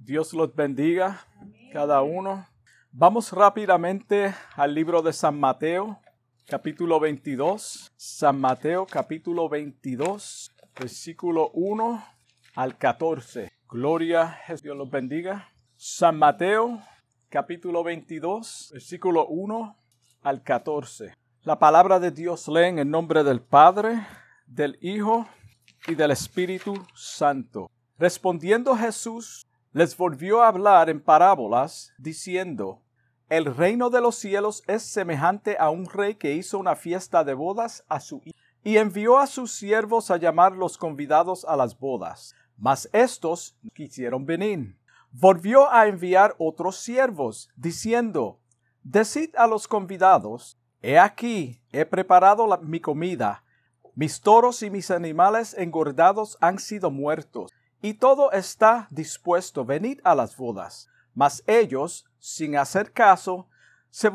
Dios los bendiga cada uno. Vamos rápidamente al libro de San Mateo, capítulo 22. San Mateo, capítulo 22, versículo 1 al 14. Gloria a Jesús, Dios los bendiga. San Mateo, capítulo 22, versículo 1 al 14. La palabra de Dios lee en el nombre del Padre, del Hijo y del Espíritu Santo. Respondiendo Jesús, les volvió a hablar en parábolas, diciendo: El reino de los cielos es semejante a un rey que hizo una fiesta de bodas a su hijo, y envió a sus siervos a llamar los convidados a las bodas. Mas éstos no quisieron venir. Volvió a enviar otros siervos, diciendo: Decid a los convidados: He aquí, he preparado mi comida. Mis toros y mis animales engordados han sido muertos, y todo está dispuesto. Venid a las bodas. Mas ellos, sin hacer caso, se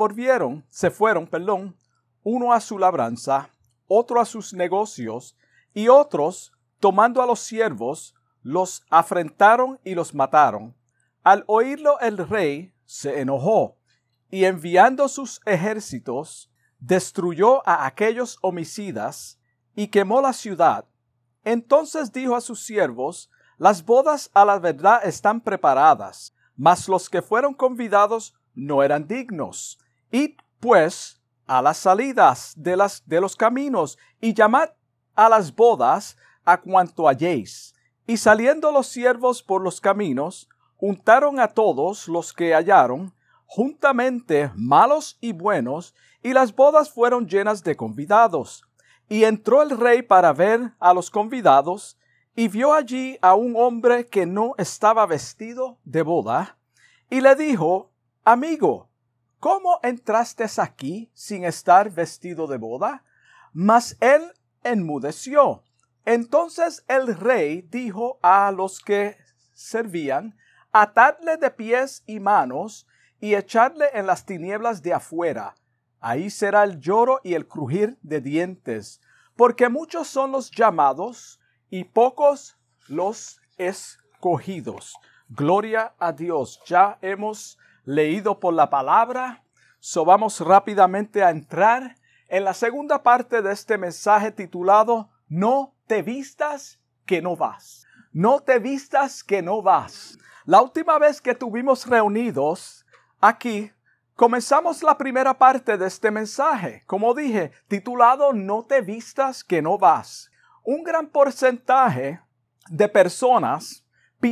fueron, uno a su labranza, otro a sus negocios, y otros, tomando a los siervos, los afrentaron y los mataron. Al oírlo el rey se enojó, y enviando sus ejércitos, destruyó a aquellos homicidas, y quemó la ciudad. Entonces dijo a sus siervos: Las bodas a la verdad están preparadas, mas los que fueron convidados no eran dignos. Id pues a las salidas de los caminos, y llamad a las bodas a cuanto halléis. Y saliendo los siervos por los caminos, juntaron a todos los que hallaron, juntamente malos y buenos, y las bodas fueron llenas de convidados. Y entró el rey para ver a los convidados, y vio allí a un hombre que no estaba vestido de boda, y le dijo: Amigo, ¿cómo entraste aquí sin estar vestido de boda? Mas él enmudeció. Entonces el rey dijo a los que servían: Atadle de pies y manos, y echadle en las tinieblas de afuera. Ahí será el lloro y el crujir de dientes, porque muchos son los llamados y pocos los escogidos. Gloria a Dios. Ya hemos leído por la palabra, vamos rápidamente a entrar en la segunda parte de este mensaje titulado: No te vistas que no vas. No te vistas que no vas. La última vez que estuvimos reunidos aquí, comenzamos la primera parte de este mensaje, como dije, titulado No te vistas que no vas. Un gran porcentaje de personas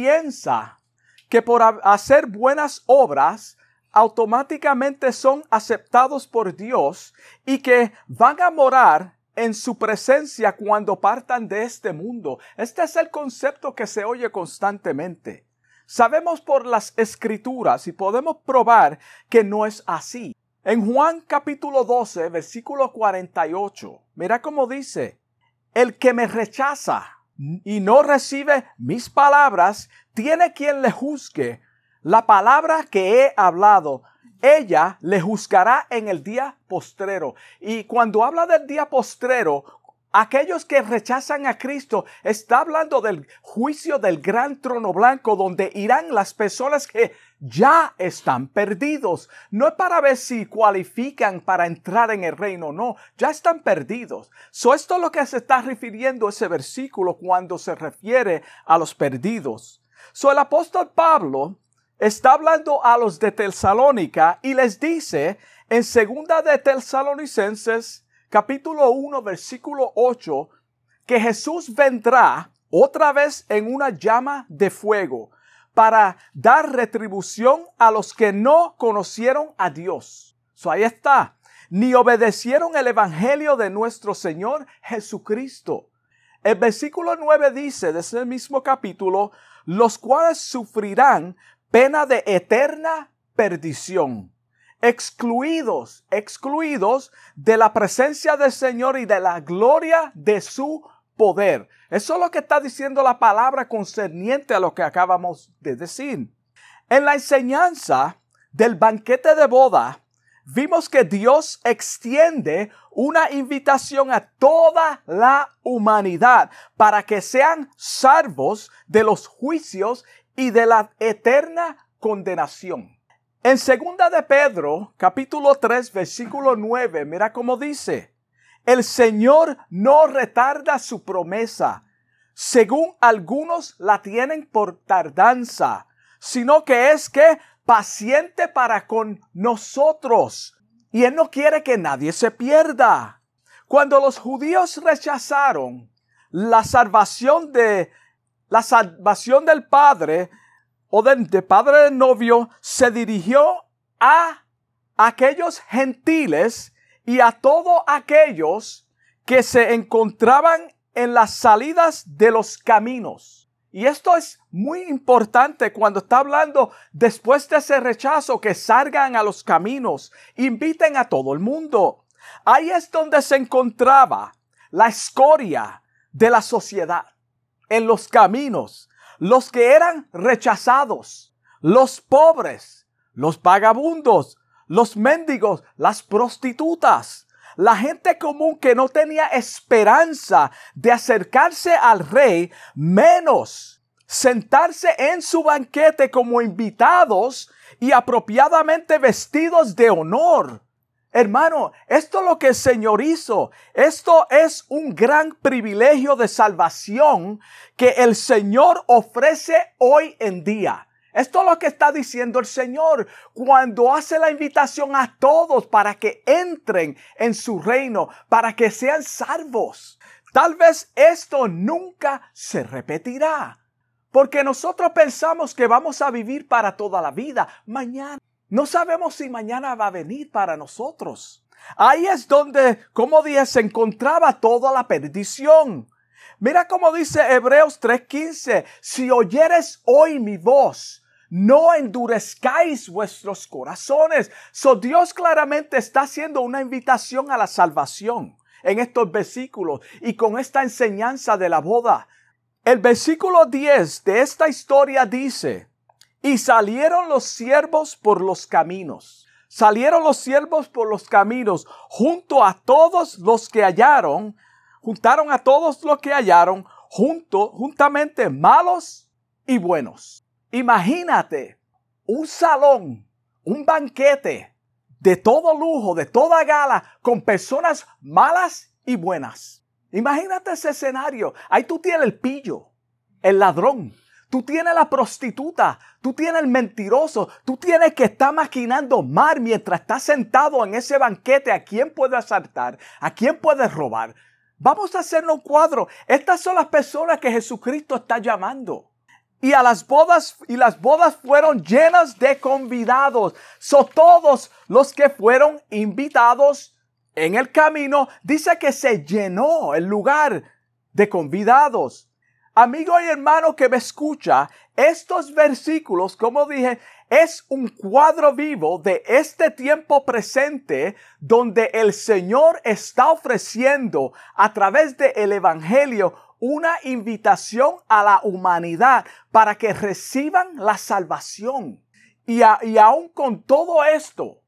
piensa que por hacer buenas obras automáticamente son aceptados por Dios y que van a morar en su presencia cuando partan de este mundo. Este es el concepto que se oye constantemente. Sabemos por las Escrituras y podemos probar que no es así. En Juan capítulo 12, versículo 48, mira cómo dice: El que me rechaza y no recibe mis palabras, tiene quien le juzgue. La palabra que he hablado, ella le juzgará en el día postrero. Y cuando habla del día postrero, aquellos que rechazan a Cristo, está hablando del juicio del gran trono blanco, donde irán las personas que ya están perdidos. No es para ver si cualifican para entrar en el reino, no, ya están perdidos. Esto es lo que se está refiriendo ese versículo cuando se refiere a los perdidos. El apóstol Pablo está hablando a los de Tesalónica y les dice en 2 de Tesalonicenses capítulo 1, versículo 8, que Jesús vendrá otra vez en una llama de fuego para dar retribución a los que no conocieron a Dios. Ahí está. Ni obedecieron el evangelio de nuestro Señor Jesucristo. El versículo 9 dice de ese mismo capítulo: los cuales sufrirán pena de eterna perdición. Excluidos de la presencia del Señor y de la gloria de su poder. Eso es lo que está diciendo la palabra concerniente a lo que acabamos de decir. En la enseñanza del banquete de boda, vimos que Dios extiende una invitación a toda la humanidad para que sean salvos de los juicios y de la eterna condenación. En 2 de Pedro, capítulo 3, versículo 9, mira cómo dice: el Señor no retarda su promesa, según algunos la tienen por tardanza, sino que es que paciente para con nosotros, y Él no quiere que nadie se pierda. Cuando los judíos rechazaron la salvación del padre o del padre del novio, se dirigió a aquellos gentiles y a todos aquellos que se encontraban en las salidas de los caminos. Y esto es muy importante cuando está hablando después de ese rechazo, que salgan a los caminos, inviten a todo el mundo. Ahí es donde se encontraba la escoria de la sociedad, en los caminos, los que eran rechazados, los pobres, los vagabundos, los mendigos, las prostitutas, la gente común que no tenía esperanza de acercarse al rey, menos sentarse en su banquete como invitados y apropiadamente vestidos de honor. Hermano, esto es lo que el Señor hizo. Esto es un gran privilegio de salvación que el Señor ofrece hoy en día. Esto es lo que está diciendo el Señor cuando hace la invitación a todos para que entren en su reino, para que sean salvos. Tal vez esto nunca se repetirá, porque nosotros pensamos que vamos a vivir para toda la vida. Mañana, no sabemos si mañana va a venir para nosotros. Ahí es donde, como dije, se encontraba toda la perdición. Mira cómo dice Hebreos 3:15, si oyeres hoy mi voz, no endurezcáis vuestros corazones. Dios claramente está haciendo una invitación a la salvación en estos versículos y con esta enseñanza de la boda. El versículo 10 de esta historia dice: y salieron los siervos por los caminos. Salieron los siervos por los caminos junto a todos los que hallaron. Juntaron a todos los que hallaron juntamente malos y buenos. Imagínate un salón, un banquete de todo lujo, de toda gala, con personas malas y buenas. Imagínate ese escenario. Ahí tú tienes el pillo, el ladrón, tú tienes la prostituta, tú tienes el mentiroso, tú tienes que estar maquinando mal mientras estás sentado en ese banquete. ¿A quién puede asaltar? ¿A quién puede robar? Vamos a hacernos un cuadro. Estas son las personas que Jesucristo está llamando. Y las bodas fueron llenas de convidados. Todos los que fueron invitados en el camino, dice que se llenó el lugar de convidados. Amigo y hermano que me escucha, estos versículos, como dije, es un cuadro vivo de este tiempo presente donde el Señor está ofreciendo a través del Evangelio una invitación a la humanidad para que reciban la salvación. Y aún con todo esto,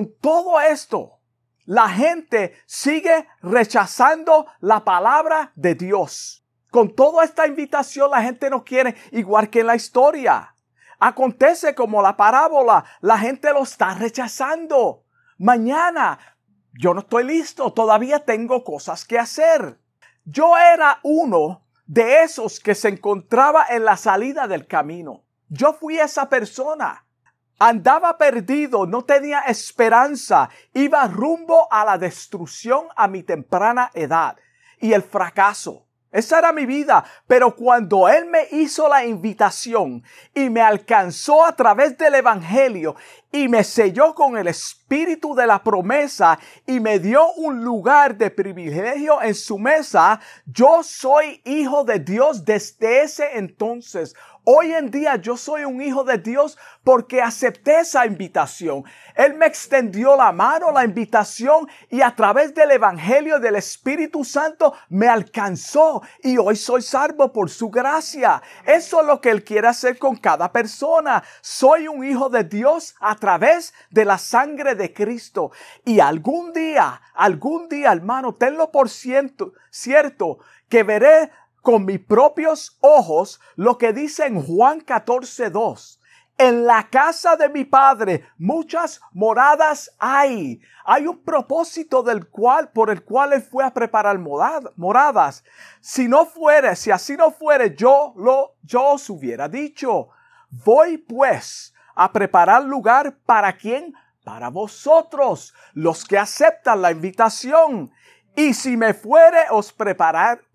la gente sigue rechazando la palabra de Dios. Con toda esta invitación, la gente no quiere, igual que en la historia. Acontece como la parábola, la gente lo está rechazando. Mañana, yo no estoy listo, todavía tengo cosas que hacer. Yo era uno de esos que se encontraba en la salida del camino. Yo fui esa persona. Andaba perdido, no tenía esperanza, iba rumbo a la destrucción a mi temprana edad y el fracaso. Esa era mi vida, pero cuando Él me hizo la invitación y me alcanzó a través del Evangelio y me selló con el espíritu de la promesa y me dio un lugar de privilegio en su mesa, yo soy hijo de Dios desde ese entonces. Hoy en día yo soy un hijo de Dios porque acepté esa invitación. Él me extendió la mano, la invitación, y a través del Evangelio del Espíritu Santo me alcanzó y hoy soy salvo por su gracia. Eso es lo que Él quiere hacer con cada persona. Soy un hijo de Dios a través de la sangre de Cristo. Y algún día, hermano, tenlo por cierto, que veré con mis propios ojos lo que dice en Juan 14:2. En la casa de mi Padre muchas moradas hay. Hay un propósito por el cual Él fue a preparar moradas. Si así no fuere, yo os hubiera dicho. Voy pues a preparar lugar ¿para quién? Para vosotros, los que aceptan la invitación. Y si me fuere, os prepararé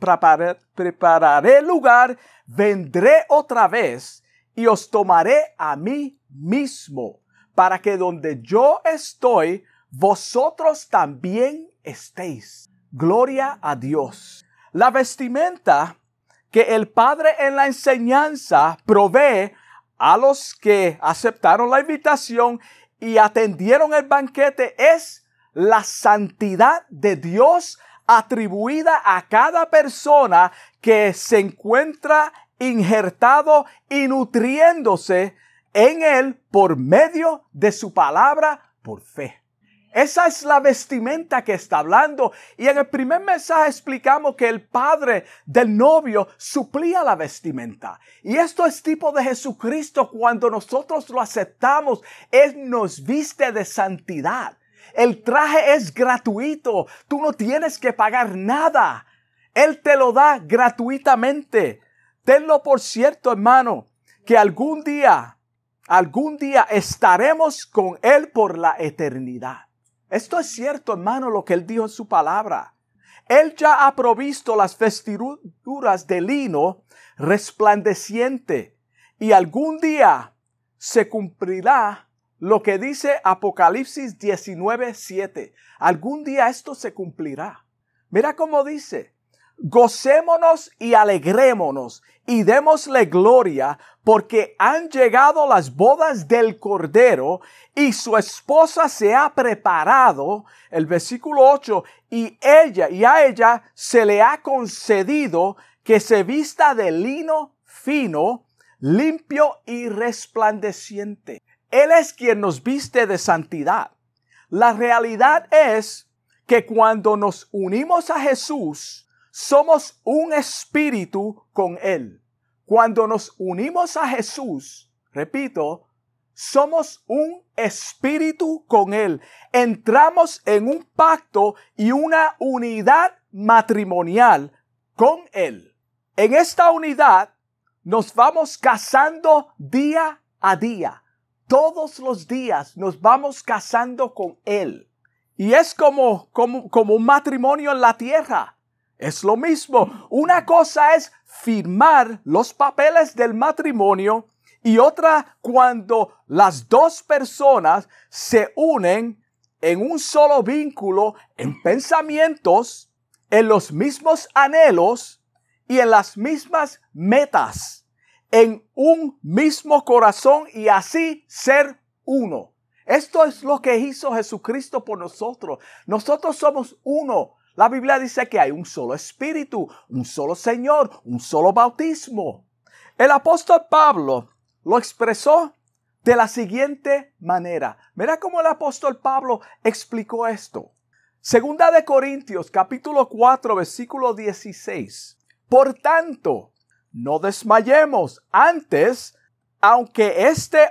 lugar, vendré otra vez y os tomaré a mí mismo, para que donde yo estoy, vosotros también estéis. Gloria a Dios. La vestimenta que el Padre en la enseñanza provee a los que aceptaron la invitación y atendieron el banquete es la santidad de Dios atribuida a cada persona que se encuentra injertado y nutriéndose en Él por medio de su palabra por fe. Esa es la vestimenta que está hablando. Y en el primer mensaje explicamos que el padre del novio suplía la vestimenta. Y esto es tipo de Jesucristo. Cuando nosotros lo aceptamos, Él nos viste de santidad. El traje es gratuito. Tú no tienes que pagar nada. Él te lo da gratuitamente. Tenlo por cierto, hermano, que algún día estaremos con Él por la eternidad. Esto es cierto, hermano, lo que Él dijo en su palabra. Él ya ha provisto las vestiduras de lino resplandeciente y algún día se cumplirá lo que dice Apocalipsis 19:7. Algún día esto se cumplirá. Mira cómo dice: gocémonos y alegrémonos y démosle gloria, porque han llegado las bodas del Cordero y su esposa se ha preparado. El versículo 8, y a ella se le ha concedido que se vista de lino fino, limpio y resplandeciente. Él es quien nos viste de santidad. La realidad es que cuando nos unimos a Jesús, somos un espíritu con Él. Cuando nos unimos a Jesús, repito, somos un espíritu con Él. Entramos en un pacto y una unidad matrimonial con Él. En esta unidad nos vamos casando día a día. Todos los días nos vamos casando con Él. Y es como un matrimonio en la tierra. Es lo mismo. Una cosa es firmar los papeles del matrimonio y otra cuando las dos personas se unen en un solo vínculo, en pensamientos, en los mismos anhelos y en las mismas metas, en un mismo corazón y así ser uno. Esto es lo que hizo Jesucristo por nosotros. Nosotros somos uno. La Biblia dice que hay un solo espíritu, un solo Señor, un solo bautismo. El apóstol Pablo lo expresó de la siguiente manera. Mira cómo el apóstol Pablo explicó esto. Segunda de Corintios, capítulo 4, versículo 16. Por tanto, no desmayemos. Antes, aunque este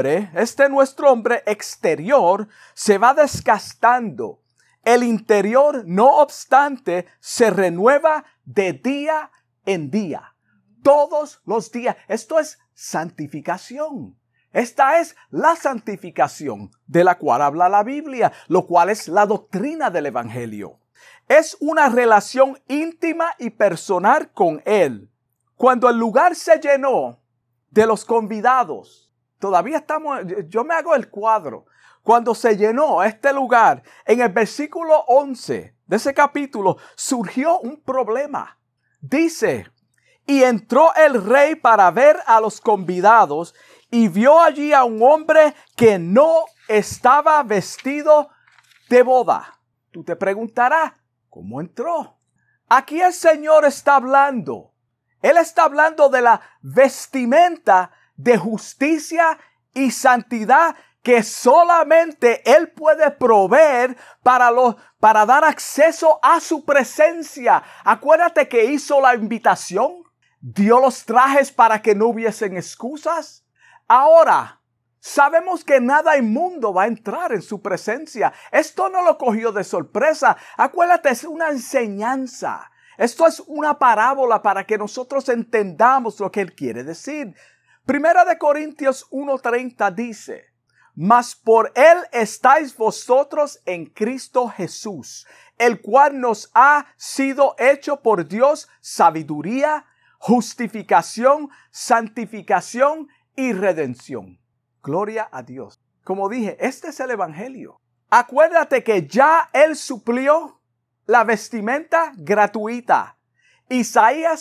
nuestro hombre exterior se va desgastando, el interior, no obstante, se renueva de día en día. Todos los días. Esto es santificación. Esta es la santificación de la cual habla la Biblia, lo cual es la doctrina del Evangelio. Es una relación íntima y personal con Él. Cuando el lugar se llenó de los convidados, yo me hago el cuadro. Cuando se llenó este lugar, en el versículo 11 de ese capítulo, surgió un problema. Dice, y entró el rey para ver a los convidados y vio allí a un hombre que no estaba vestido de boda. Tú te preguntarás, ¿cómo entró? Aquí el Señor está hablando. Él está hablando de la vestimenta de justicia y santidad que solamente Él puede proveer para dar acceso a su presencia. Acuérdate que hizo la invitación, dio los trajes para que no hubiesen excusas. Ahora, sabemos que nada inmundo va a entrar en su presencia. Esto no lo cogió de sorpresa. Acuérdate, es una enseñanza. Esto es una parábola para que nosotros entendamos lo que Él quiere decir. Primera de Corintios 1:30 dice: mas por Él estáis vosotros en Cristo Jesús, el cual nos ha sido hecho por Dios sabiduría, justificación, santificación y redención. Gloria a Dios. Como dije, este es el Evangelio. Acuérdate que ya Él suplió la vestimenta gratuita. Isaías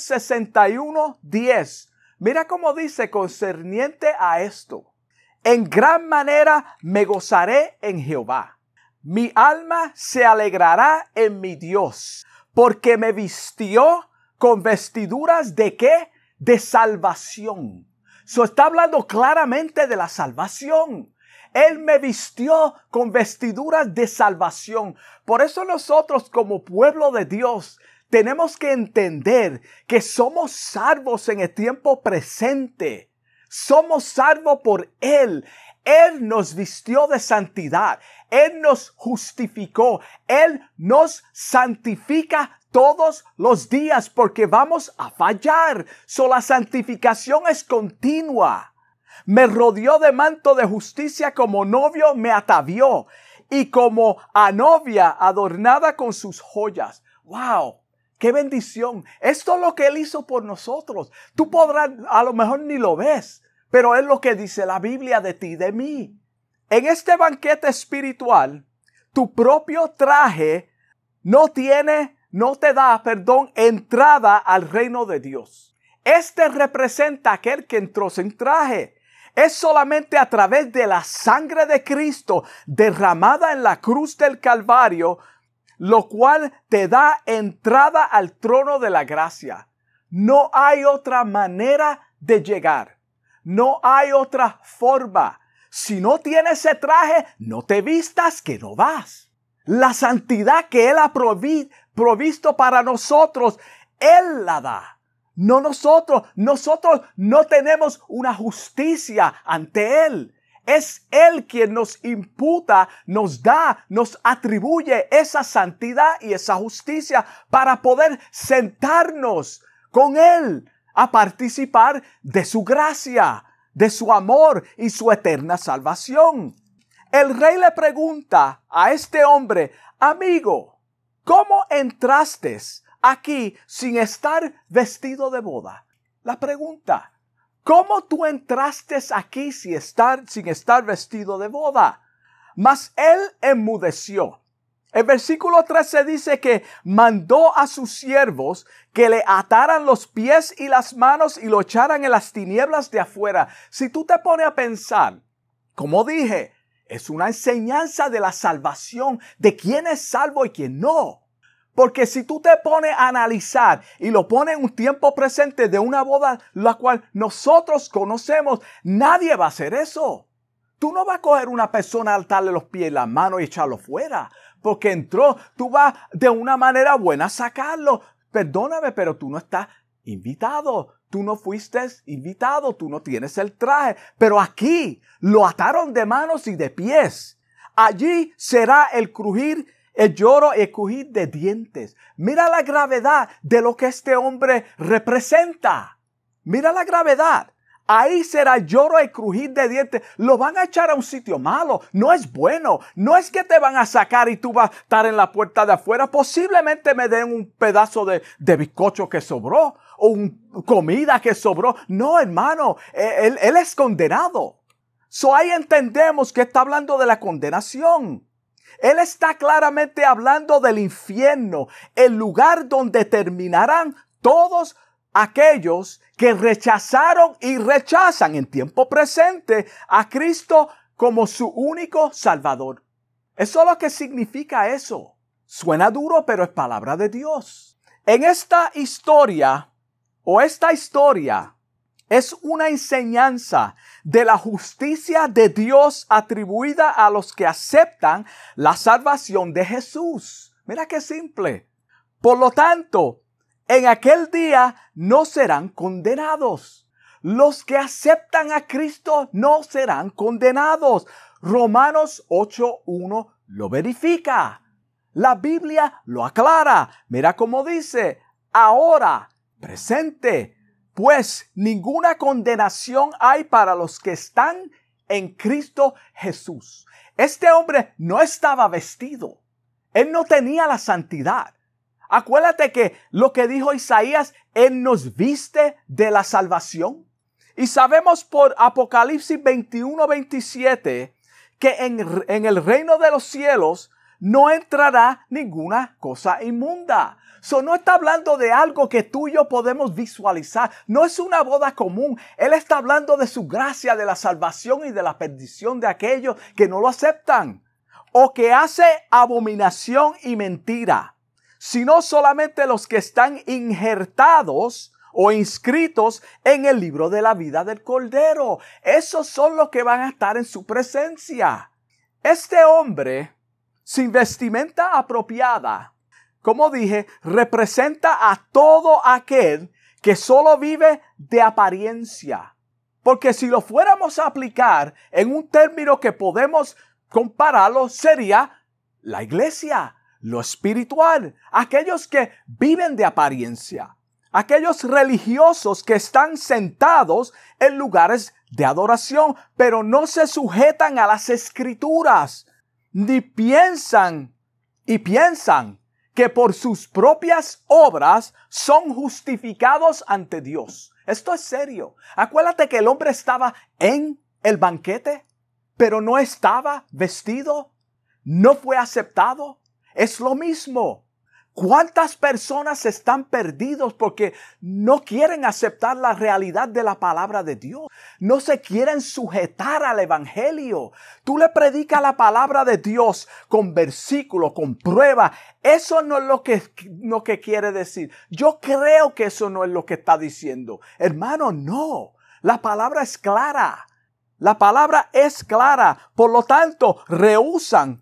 61:10. Mira cómo dice concerniente a esto: en gran manera me gozaré en Jehová. Mi alma se alegrará en mi Dios, porque me vistió con vestiduras ¿de qué? De salvación. Está hablando claramente de la salvación. Él me vistió con vestiduras de salvación. Por eso nosotros como pueblo de Dios tenemos que entender que somos salvos en el tiempo presente. Somos salvos por Él. Él nos vistió de santidad. Él nos justificó. Él nos santifica todos los días porque vamos a fallar. La santificación es continua. Me rodeó de manto de justicia, como novio me atavió, y como a novia adornada con sus joyas. ¡Wow! ¡Qué bendición! Esto es lo que Él hizo por nosotros. Tú podrás, a lo mejor ni lo ves, pero es lo que dice la Biblia de ti y de mí. En este banquete espiritual, tu propio traje no te da entrada al reino de Dios. Este representa a aquel que entró sin traje. Es solamente a través de la sangre de Cristo derramada en la cruz del Calvario, lo cual te da entrada al trono de la gracia. No hay otra manera de llegar. No hay otra forma. Si no tienes ese traje, no te vistas que no vas. La santidad que Él ha provisto para nosotros, Él la da. No nosotros. Nosotros no tenemos una justicia ante Él. Es Él quien nos imputa, nos da, nos atribuye esa santidad y esa justicia para poder sentarnos con Él a participar de su gracia, de su amor y su eterna salvación. El rey le pregunta a este hombre: amigo, ¿cómo entraste aquí sin estar vestido de boda? La pregunta: ¿cómo tú entraste aquí sin estar vestido de boda? Mas él enmudeció. El versículo 13 dice que mandó a sus siervos que le ataran los pies y las manos y lo echaran en las tinieblas de afuera. Si tú te pones a pensar, como dije, es una enseñanza de la salvación, de quién es salvo y quién no. Porque si tú te pones a analizar y lo pones en un tiempo presente de una boda, la cual nosotros conocemos, nadie va a hacer eso. Tú no vas a coger una persona, atarle los pies y las manos y echarlo fuera. Porque entró, tú vas de una manera buena a sacarlo. Perdóname, pero tú no estás invitado. Tú no fuiste invitado, tú no tienes el traje. Pero aquí lo ataron de manos y de pies. Allí será el crujir, el lloro y el crujir de dientes. Mira la gravedad de lo que este hombre representa. Mira la gravedad. Ahí será lloro y crujir de dientes. Lo van a echar a un sitio malo. No es bueno. No es que te van a sacar y tú vas a estar en la puerta de afuera. Posiblemente me den un pedazo de bizcocho que sobró o comida que sobró. No, hermano. Él es condenado. Ahí entendemos que está hablando de la condenación. Él está claramente hablando del infierno, el lugar donde terminarán todos aquellos que rechazaron y rechazan en tiempo presente a Cristo como su único Salvador. Eso es lo que significa eso. Suena duro, pero es palabra de Dios. En esta historia, Es una enseñanza de la justicia de Dios atribuida a los que aceptan la salvación de Jesús. Mira qué simple. Por lo tanto, en aquel día no serán condenados. Los que aceptan a Cristo no serán condenados. Romanos 8:1 lo verifica. La Biblia lo aclara. Mira cómo dice, ahora, presente, pues ninguna condenación hay para los que están en Cristo Jesús. Este hombre no estaba vestido. Él no tenía la santidad. Acuérdate que lo que dijo Isaías, Él nos viste de la salvación. Y sabemos por Apocalipsis 21:27 que en el reino de los cielos no entrará ninguna cosa inmunda. No está hablando de algo que tú y yo podemos visualizar. No es una boda común. Él está hablando de su gracia, de la salvación y de la perdición de aquellos que no lo aceptan o que hace abominación y mentira, sino solamente los que están injertados o inscritos en el libro de la vida del Cordero. Esos son los que van a estar en su presencia. Este hombre, sin vestimenta apropiada, como dije, representa a todo aquel que solo vive de apariencia. Porque si lo fuéramos a aplicar en un término que podemos compararlo, sería la iglesia, lo espiritual, aquellos que viven de apariencia, aquellos religiosos que están sentados en lugares de adoración, pero no se sujetan a las escrituras, ni piensan que por sus propias obras son justificados ante Dios. Esto es serio. Acuérdate que el hombre estaba en el banquete, pero no estaba vestido, no fue aceptado. Es lo mismo. ¿Cuántas personas están perdidos porque no quieren aceptar la realidad de la palabra de Dios? No se quieren sujetar al evangelio. Tú le predicas la palabra de Dios con versículo, con prueba. Eso no es lo que quiere decir. Yo creo que eso no es lo que está diciendo. Hermano, no. La palabra es clara. La palabra es clara. Por lo tanto, rehúsan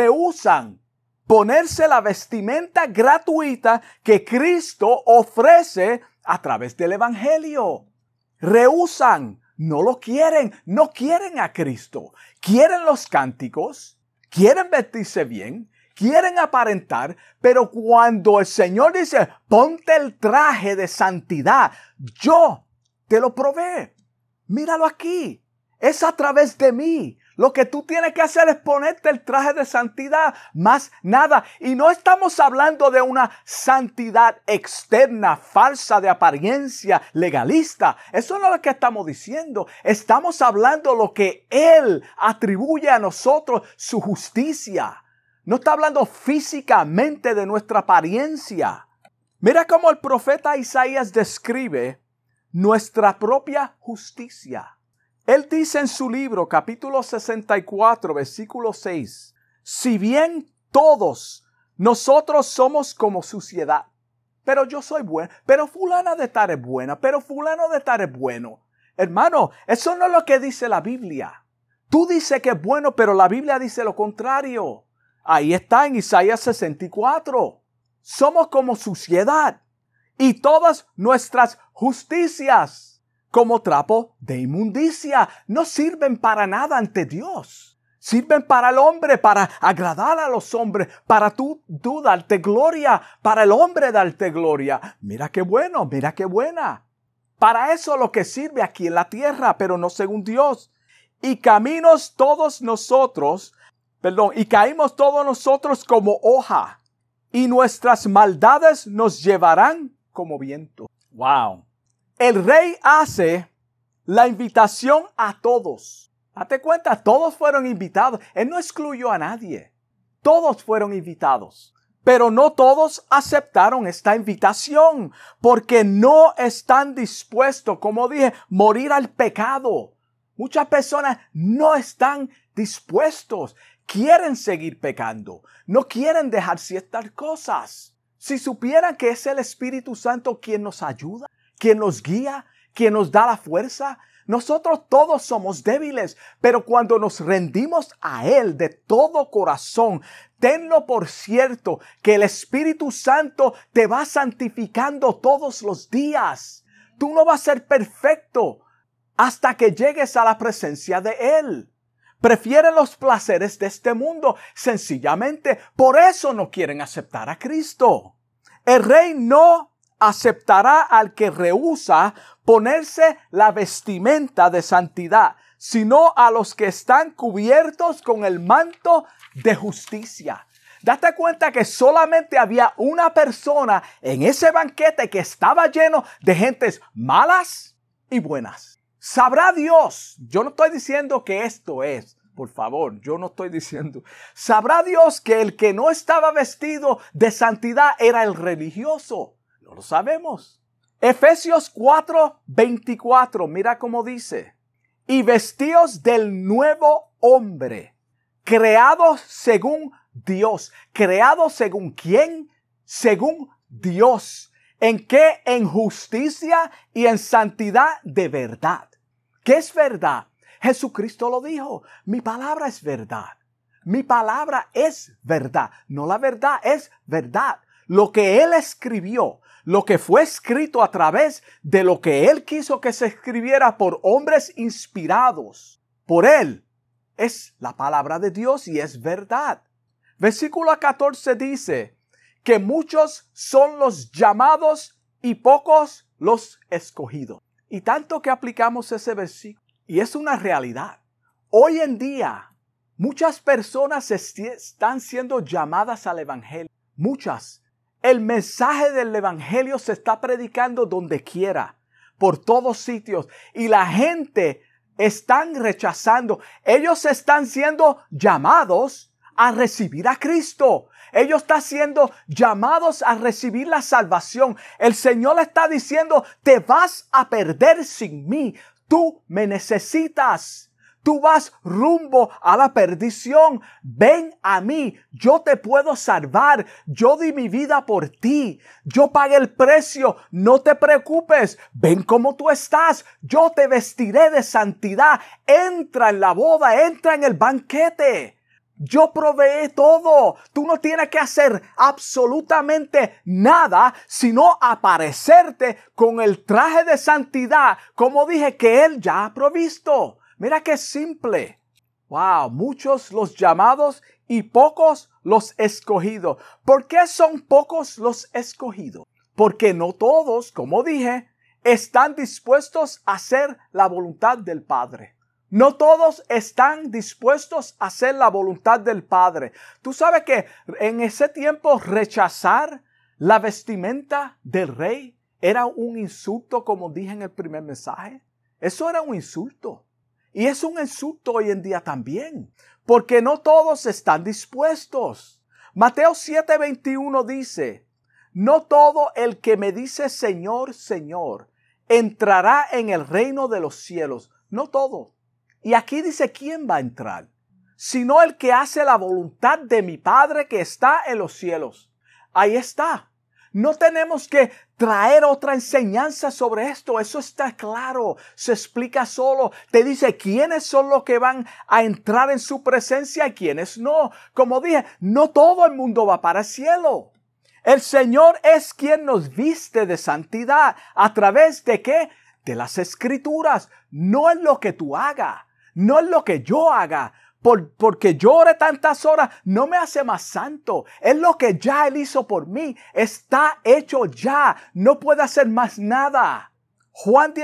ponerse la vestimenta gratuita que Cristo ofrece a través del evangelio. Rehúsan, no lo quieren, no quieren a Cristo. Quieren los cánticos, quieren vestirse bien, quieren aparentar, pero cuando el Señor dice, ponte el traje de santidad, yo te lo probé. Míralo aquí, es a través de mí. Lo que tú tienes que hacer es ponerte el traje de santidad, más nada. Y no estamos hablando de una santidad externa, falsa, de apariencia, legalista. Eso no es lo que estamos diciendo. Estamos hablando de lo que Él atribuye a nosotros, su justicia. No está hablando físicamente de nuestra apariencia. Mira cómo el profeta Isaías describe nuestra propia justicia. Él dice en su libro, capítulo 64, versículo 6, si bien todos nosotros somos como suciedad, pero yo soy bueno, pero fulana de tal es buena, pero fulano de tal es bueno. Hermano, eso no es lo que dice la Biblia. Tú dices que es bueno, pero la Biblia dice lo contrario. Ahí está en Isaías 64. Somos como suciedad y todas nuestras justicias como trapo de inmundicia, no sirven para nada ante Dios. Sirven para el hombre, para agradar a los hombres, para tú darte gloria, para el hombre darte gloria. Mira qué bueno, mira qué buena. Para eso lo que sirve aquí en la tierra, pero no según Dios. Y caímos todos nosotros como hoja, y nuestras maldades nos llevarán como viento. Wow. El rey hace la invitación a todos. Date cuenta, todos fueron invitados. Él no excluyó a nadie. Todos fueron invitados. Pero no todos aceptaron esta invitación porque no están dispuestos, como dije, morir al pecado. Muchas personas no están dispuestos. Quieren seguir pecando. No quieren dejar ciertas cosas. Si supieran que es el Espíritu Santo quien nos ayuda, quien nos guía, quien nos da la fuerza. Nosotros todos somos débiles, pero cuando nos rendimos a Él de todo corazón, tenlo por cierto que el Espíritu Santo te va santificando todos los días. Tú no vas a ser perfecto hasta que llegues a la presencia de Él. Prefieren los placeres de este mundo. Sencillamente, por eso no quieren aceptar a Cristo. El rey no aceptará al que rehúsa ponerse la vestimenta de santidad, sino a los que están cubiertos con el manto de justicia. Date cuenta que solamente había una persona en ese banquete que estaba lleno de gentes malas y buenas. Sabrá Dios, yo no estoy diciendo que esto es, por favor, yo no estoy diciendo. Sabrá Dios que el que no estaba vestido de santidad era el religioso. No lo sabemos. Efesios 4:24, mira cómo dice. Y vestíos del nuevo hombre, creados según Dios. ¿Creados según quién? Según Dios. ¿En qué? En justicia y en santidad de verdad. ¿Qué es verdad? Jesucristo lo dijo. Mi palabra es verdad. Mi palabra es verdad. No la verdad, es verdad. Lo que Él escribió, lo que fue escrito a través de lo que Él quiso que se escribiera por hombres inspirados por Él, es la palabra de Dios y es verdad. Versículo 14 dice que muchos son los llamados y pocos los escogidos. Y tanto que aplicamos ese versículo, y es una realidad. Hoy en día, muchas personas están siendo llamadas al evangelio. Muchas. El mensaje del evangelio se está predicando donde quiera, por todos sitios. Y la gente están rechazando. Ellos están siendo llamados a recibir a Cristo. Ellos están siendo llamados a recibir la salvación. El Señor le está diciendo, te vas a perder sin mí. Tú me necesitas. Tú vas rumbo a la perdición. Ven a mí. Yo te puedo salvar. Yo di mi vida por ti. Yo pagué el precio. No te preocupes. Ven como tú estás. Yo te vestiré de santidad. Entra en la boda. Entra en el banquete. Yo proveí todo. Tú no tienes que hacer absolutamente nada, sino aparecerte con el traje de santidad, como dije, que Él ya ha provisto. Mira qué simple. Wow, muchos los llamados y pocos los escogidos. ¿Por qué son pocos los escogidos? Porque no todos, como dije, están dispuestos a hacer la voluntad del Padre. No todos están dispuestos a hacer la voluntad del Padre. Tú sabes que en ese tiempo rechazar la vestimenta del rey era un insulto, como dije en el primer mensaje. Eso era un insulto. Y es un insulto hoy en día también, porque no todos están dispuestos. Mateo 7:21 dice, no todo el que me dice Señor, Señor, entrará en el reino de los cielos. No todo. Y aquí dice, ¿quién va a entrar? Sino el que hace la voluntad de mi Padre que está en los cielos. Ahí está. No tenemos que traer otra enseñanza sobre esto. Eso está claro. Se explica solo. Te dice quiénes son los que van a entrar en su presencia y quiénes no. Como dije, no todo el mundo va para el cielo. El Señor es quien nos viste de santidad. ¿A través de qué? De las Escrituras. No es lo que tú hagas. No es lo que yo haga. Porque yo ore tantas horas no me hace más santo. Es lo que ya Él hizo por mí. Está hecho ya. No puede hacer más nada. Juan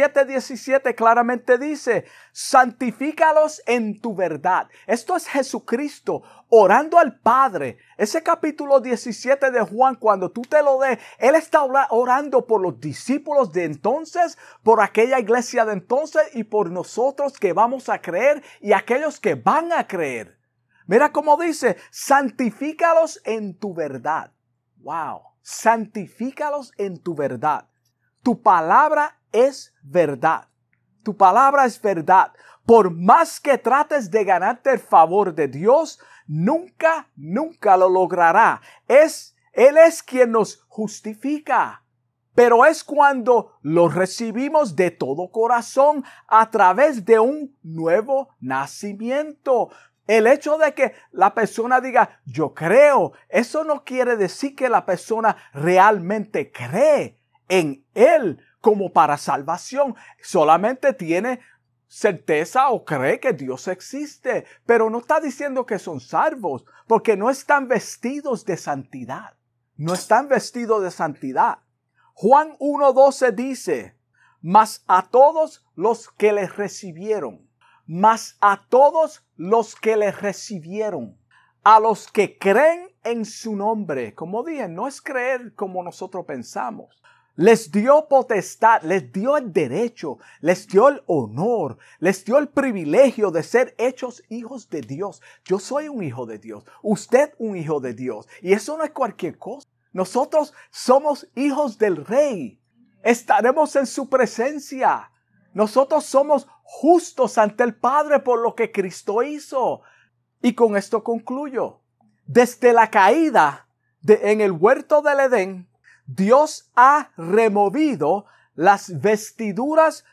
17:17 claramente dice, santifícalos en tu verdad. Esto es Jesucristo orando al Padre. Ese capítulo 17 de Juan, cuando tú te lo des, Él está orando por los discípulos de entonces, por aquella iglesia de entonces y por nosotros que vamos a creer y aquellos que van a creer. Mira cómo dice, santifícalos en tu verdad. Wow, santifícalos en tu verdad. Tu palabra es verdad. Tu palabra es verdad. Por más que trates de ganarte el favor de Dios, nunca lo logrará. Él es quien nos justifica. pero es cuando lo recibimos de todo corazón a través de un nuevo nacimiento. El hecho de que la persona diga, yo creo, eso no quiere decir que la persona realmente cree en Él como para salvación. Solamente tiene certeza o cree que Dios existe, pero no está diciendo que son salvos, porque no están vestidos de santidad. No están vestidos de santidad. Juan 1:12 dice, mas a todos los que les recibieron, a los que creen en su nombre, como dije, no es creer como nosotros pensamos. Les dio potestad, les dio el derecho, les dio el honor, les dio el privilegio de ser hechos hijos de Dios. Yo soy un hijo de Dios, usted un hijo de Dios. Y eso no es cualquier cosa. Nosotros somos hijos del Rey. Estaremos en su presencia. Nosotros somos justos ante el Padre por lo que Cristo hizo. Y con esto concluyo. Desde la caída en el huerto del Edén, Dios ha removido las vestiduras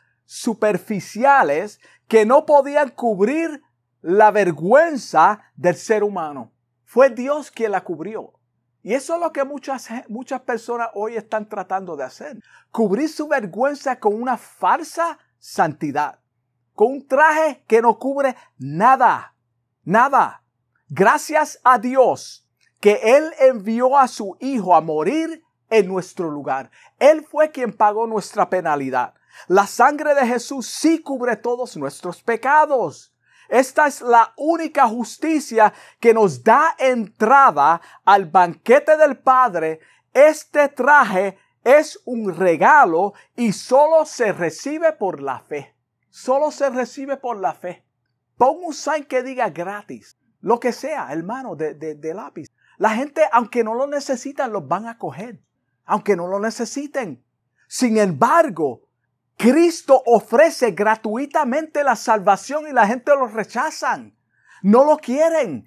superficiales que no podían cubrir la vergüenza del ser humano. Fue Dios quien la cubrió. Y eso es lo que muchas personas hoy están tratando de hacer. Cubrir su vergüenza con una falsa santidad. Con un traje que no cubre nada. Nada. Gracias a Dios que Él envió a su Hijo a morir en nuestro lugar. Él fue quien pagó nuestra penalidad. La sangre de Jesús sí cubre todos nuestros pecados. Esta es la única justicia que nos da entrada al banquete del Padre. Este traje es un regalo y solo se recibe por la fe. Solo se recibe por la fe. Pon un sign que diga gratis. Lo que sea, hermano, de lápiz. La gente, aunque no lo necesitan, los van a coger. Aunque no lo necesiten. Sin embargo, Cristo ofrece gratuitamente la salvación y la gente lo rechazan. No lo quieren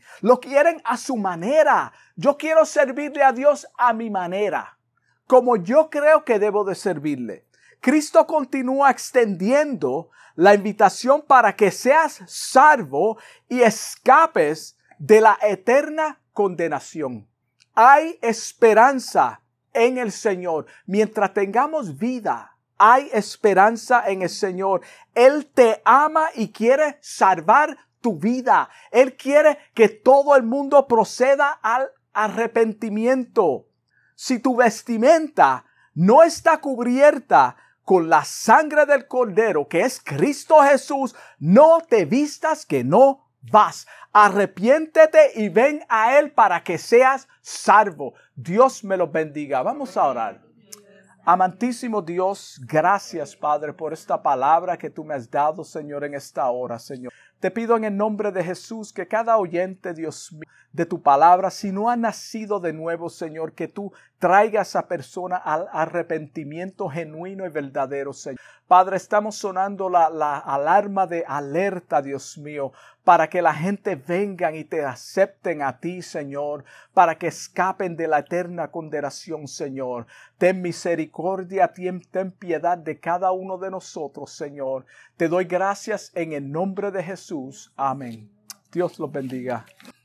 a su manera. Yo quiero servirle a Dios a mi manera, como yo creo que debo de servirle. Cristo continúa extendiendo la invitación para que seas salvo y escapes de la eterna condenación. Hay esperanza en el Señor. Mientras tengamos vida, hay esperanza en el Señor. Él te ama y quiere salvar tu vida. Él quiere que todo el mundo proceda al arrepentimiento. Si tu vestimenta no está cubierta con la sangre del Cordero, que es Cristo Jesús, no te vistas que no vas. Arrepiéntete y ven a Él para que seas salvo. Dios me los bendiga. Vamos a orar. Amantísimo Dios, gracias, Padre, por esta palabra que tú me has dado, Señor, en esta hora, Señor. Te pido en el nombre de Jesús que cada oyente, Dios mío, de tu palabra, si no ha nacido de nuevo, Señor, que tú traigas a esa persona al arrepentimiento genuino y verdadero, Señor. Padre, estamos sonando la alarma de alerta, Dios mío, para que la gente vengan y te acepten a ti, Señor, para que escapen de la eterna condenación, Señor. Ten misericordia, ten piedad de cada uno de nosotros, Señor. Te doy gracias en el nombre de Jesús. Amén. Dios los bendiga.